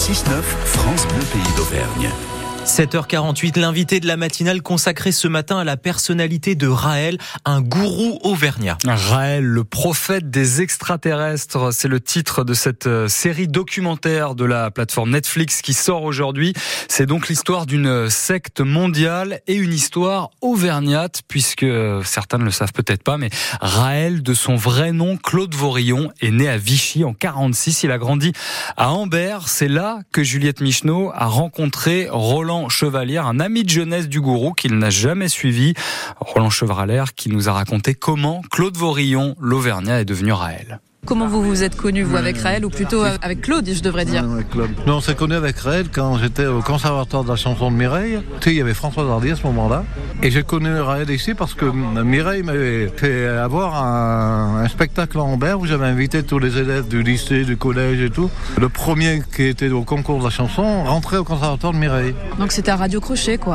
6-9, France Bleu Pays d'Auvergne. 7h48, l'invité de la matinale consacré ce matin à la personnalité de Raël, un gourou auvergnat. Raël, le prophète des extraterrestres, c'est le titre de cette série documentaire de la plateforme Netflix qui sort aujourd'hui. C'est donc l'histoire d'une secte mondiale et une histoire auvergnate, puisque certains ne le savent peut-être pas, mais Raël, de son vrai nom, Claude Vorillon, est né à Vichy en 1946. Il a grandi à Ambert. C'est là que Juliette Micheneau a rencontré Roland Chevalier, un ami de jeunesse du gourou qu'il n'a jamais suivi. Roland Chevalier qui nous a raconté comment Claude Vorillon, l'Auvergnat, est devenu Raël. Comment vous vous êtes connu, vous, avec Raël, ou plutôt avec Claude, je devrais dire? Non, on s'est connu avec Raël quand j'étais au conservatoire de la chanson de Mireille. Tu sais, il y avait François Hardy à ce moment-là. Et j'ai connu Raël ici parce que Mireille m'avait fait avoir un spectacle à Ambert où j'avais invité tous les élèves du lycée, du collège et tout. Le premier qui était au concours de la chanson rentrait au conservatoire de Mireille. Donc c'était un radio-crochet, quoi.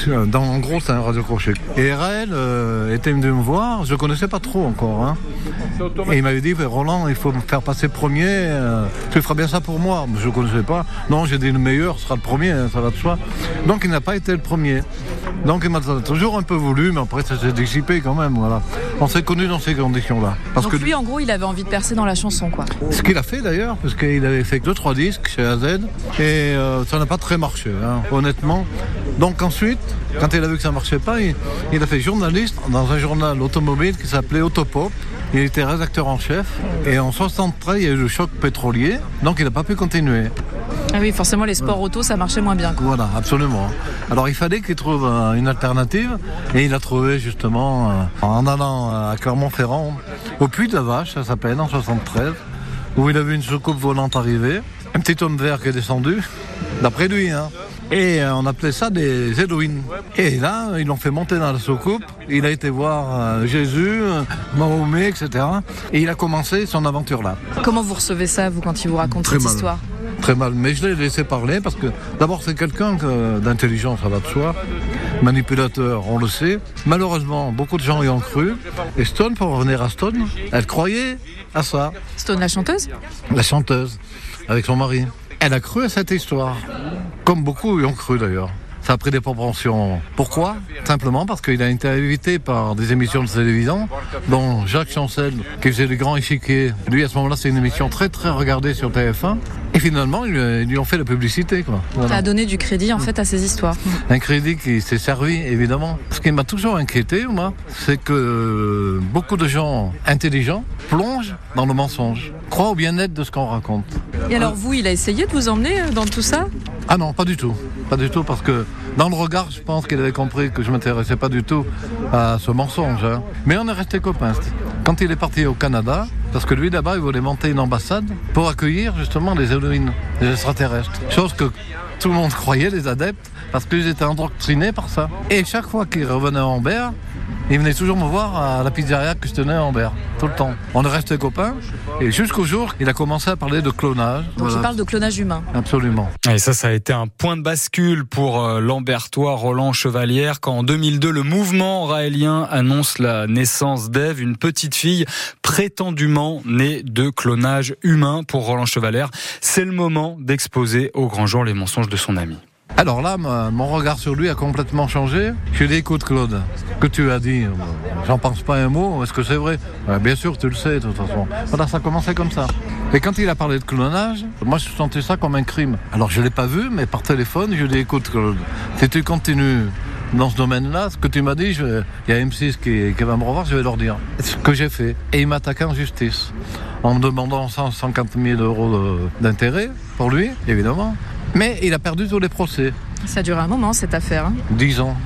En gros, c'est un radio-crochet. Et Raël était venu me voir, je ne le connaissais pas trop encore. Hein. Et il m'avait dit, Roland, il faut me faire passer premier, tu feras bien ça pour moi. Je ne connaissais pas. Non, j'ai dit le meilleur sera le premier, ça va de soi. Donc il n'a pas été le premier. Donc il m'a toujours un peu voulu, mais après ça s'est dissipé quand même. Voilà. On s'est connus dans ces conditions-là. Donc lui, en gros, il avait envie de percer dans la chanson, quoi. Ce qu'il a fait d'ailleurs, parce qu'il avait fait 2-3 disques chez AZ, et ça n'a pas très marché, hein, honnêtement. Donc ensuite, quand il a vu que ça ne marchait pas, il a fait journaliste dans un journal automobile qui s'appelait Autopop. Il était rédacteur en chef et en 1973, il y a eu le choc pétrolier, donc il n'a pas pu continuer. Ah oui, forcément, les sports auto, ça marchait moins bien, quoi. Voilà, absolument. Alors il fallait qu'il trouve une alternative et il a trouvé justement en allant à Clermont-Ferrand, au Puy de la Vache, ça s'appelle, en 1973, où il a vu une soucoupe volante arriver, un petit homme vert qui est descendu, d'après lui, hein. Et on appelait ça des Élohim. Et là, ils l'ont fait monter dans la soucoupe. Il a été voir Jésus, Mahomet, etc. Et il a commencé son aventure là. Comment vous recevez ça, vous, quand il vous raconte cette histoire? Très mal, mais je l'ai laissé parler parce que d'abord c'est quelqu'un d'intelligent, ça va de soi, manipulateur, on le sait. Malheureusement, beaucoup de gens y ont cru. Et Stone, pour revenir à Stone, elle croyait à ça. Stone, la chanteuse? La chanteuse, avec son mari. Elle a cru à cette histoire, comme beaucoup y ont cru d'ailleurs. Ça a pris des proportions. Pourquoi? Simplement parce qu'il a été invité par des émissions de télévision, dont Jacques Chancel, qui faisait les grands échiquiers. Lui, à ce moment-là, c'est une émission très très regardée sur TF1. Et finalement, ils lui ont fait la publicité, quoi. Voilà. Ça a donné du crédit, en fait, à ces histoires. Un crédit qui s'est servi, évidemment. Ce qui m'a toujours inquiété, moi, c'est que beaucoup de gens intelligents plongent dans le mensonge, croient au bien-être de ce qu'on raconte. Et alors vous, il a essayé de vous emmener dans tout ça? Ah non, pas du tout. Pas du tout, parce que dans le regard, je pense qu'il avait compris que je ne m'intéressais pas du tout à ce mensonge. Hein. Mais on est restés copains. Quand il est parti au Canada, parce que lui, là-bas, il voulait monter une ambassade pour accueillir justement les Élohim, les extraterrestres. Chose que tout le monde croyait, les adeptes, parce qu'ils étaient endoctrinés par ça. Et chaque fois qu'il revenait à Ambert, il venait toujours me voir à la pizzeria que je tenais à Ambert, tout le temps. On est restés copains, et jusqu'au jour, il a commencé à parler de clonage. Donc voilà. Il parle de clonage humain. Absolument. Et ça a été un point de bascule pour l'Ambertois Roland Chevalier, quand en 2002, le mouvement raélien annonce la naissance d'Ève, une petite fille prétendument née de clonage humain. Pour Roland Chevalier, c'est le moment d'exposer au grand jour les mensonges de son ami. Alors là, mon regard sur lui a complètement changé. Je lui ai dit, écoute Claude, ce que tu as dit, j'en pense pas un mot, est-ce que c'est vrai? Bien sûr, tu le sais de toute façon. Voilà, ça a commencé comme ça. Et quand il a parlé de clonage, moi je sentais ça comme un crime. Alors je l'ai pas vu, mais par téléphone, je lui ai dit, écoute Claude, si tu continues dans ce domaine-là, ce que tu m'as dit, il y a M6 qui va me revoir, je vais leur dire ce que j'ai fait. Et il m'a attaqué en justice, en me demandant 150 000 euros d'intérêt, pour lui, évidemment. Mais il a perdu tous les procès. Ça a duré un moment, cette affaire. Hein. 10 ans.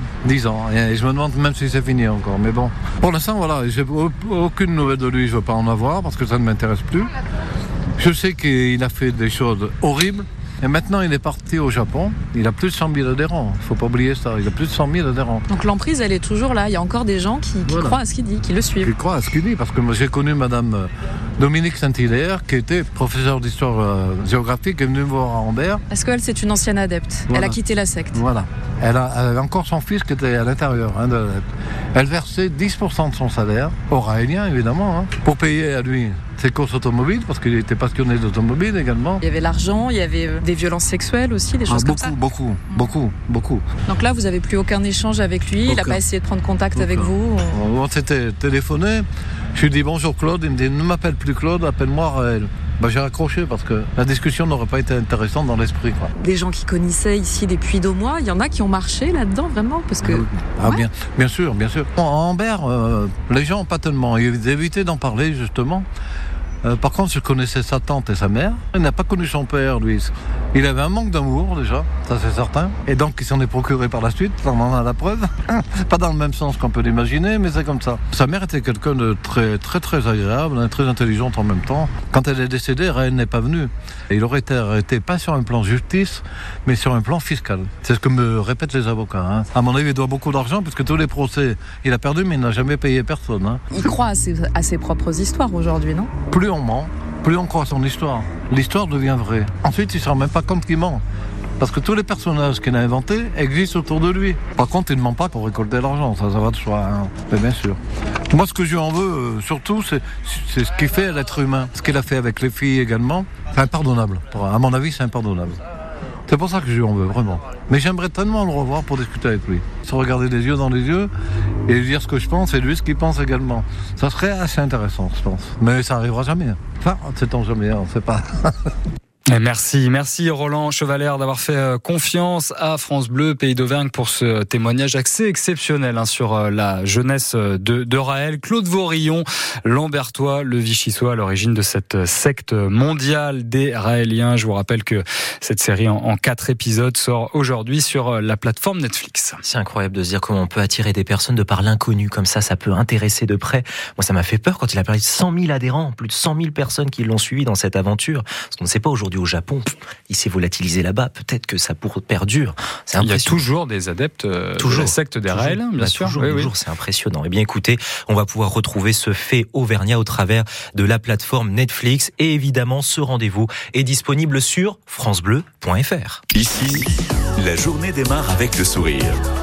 Et je me demande même si c'est fini encore. Mais bon, pour l'instant, voilà, j'ai aucune nouvelle de lui. Je ne veux pas en avoir parce que ça ne m'intéresse plus. Je sais qu'il a fait des choses horribles. Et maintenant, il est parti au Japon. Il a plus de 100 000 adhérents. Il ne faut pas oublier ça. Il a plus de 100 000 adhérents. Donc l'emprise, elle est toujours là. Il y a encore des gens qui croient à ce qu'il dit, qui le suivent. Qui croient à ce qu'il dit. Parce que moi, j'ai connu Madame Dominique Saint-Hilaire, qui était professeur d'histoire géographique, est venue me voir à Ambert. Parce qu'elle, c'est une ancienne adepte. Voilà. Elle a quitté la secte. Voilà. Elle avait encore son fils qui était à l'intérieur de la lettre. Elle versait 10% de son salaire, aux Raéliens évidemment, pour payer à lui ses courses automobiles, parce qu'il était passionné d'automobile également. Il y avait l'argent, il y avait des violences sexuelles aussi, des choses comme ça. Beaucoup. Donc là, vous n'avez plus aucun échange avec lui, il n'a pas essayé de prendre contact avec vous. On s'était téléphoné, je lui ai dit bonjour Claude, il me dit ne m'appelle plus Claude, appelle-moi Raël. J'ai raccroché parce que la discussion n'aurait pas été intéressante dans l'esprit. Des gens qui connaissaient ici des puits d'Aumois, il y en a qui ont marché là-dedans vraiment parce que... Ouais. Bien sûr. En Ambert, les gens pas tellement, ils évitaient d'en parler justement. Par contre, je connaissais sa tante et sa mère. Il n'a pas connu son père, lui. Il avait un manque d'amour, déjà, ça c'est certain. Et donc, il s'en est procuré par la suite, on en a la preuve. Pas dans le même sens qu'on peut l'imaginer, mais c'est comme ça. Sa mère était quelqu'un de très agréable, très intelligente en même temps. Quand elle est décédée, Raël n'est pas venu. Et il aurait été arrêté, pas sur un plan justice, mais sur un plan fiscal. C'est ce que me répètent les avocats. À mon avis, il doit beaucoup d'argent, puisque tous les procès, il a perdu, mais il n'a jamais payé personne. Il croit à ses propres histoires aujourd'hui, non ? Plus on ment, plus on croit à son histoire. L'histoire devient vraie. Ensuite, il ne se rend même pas compte qu'il ment. Parce que tous les personnages qu'il a inventés existent autour de lui. Par contre, il ne ment pas pour récolter l'argent, ça va de soi. Mais bien sûr. Moi, ce que je lui en veux, surtout, c'est ce qu'il fait à l'être humain. Ce qu'il a fait avec les filles également, c'est impardonnable. À mon avis, c'est impardonnable. C'est pour ça que je lui en veux, vraiment. Mais j'aimerais tellement le revoir pour discuter avec lui. Se regarder les yeux dans les yeux et lui dire ce que je pense et lui ce qu'il pense également. Ça serait assez intéressant, je pense. Mais ça n'arrivera jamais. Enfin, sait-on jamais, on ne sait pas. Merci Roland Chevalère d'avoir fait confiance à France Bleu Pays d'Auvergne pour ce témoignage assez exceptionnel sur la jeunesse de Raël. Claude Vaurillon, Lambertois, le Vichysois, à l'origine de cette secte mondiale des Raéliens. Je vous rappelle que cette série en 4 épisodes sort aujourd'hui sur la plateforme Netflix. C'est incroyable de se dire comment on peut attirer des personnes de par l'inconnu comme ça peut intéresser de près. Moi, ça m'a fait peur quand il a parlé de 100 000 adhérents, plus de 100 000 personnes qui l'ont suivi dans cette aventure. Parce qu'on ne sait pas aujourd'hui au Japon, il s'est volatilisé là-bas, peut-être que ça perdure. C'est il y a toujours des adeptes de la secte des Raéliens, bien sûr. Toujours, c'est impressionnant. Eh bien écoutez, on va pouvoir retrouver ce fait auvergnat au travers de la plateforme Netflix et évidemment ce rendez-vous est disponible sur francebleu.fr. Ici, la journée démarre avec le sourire.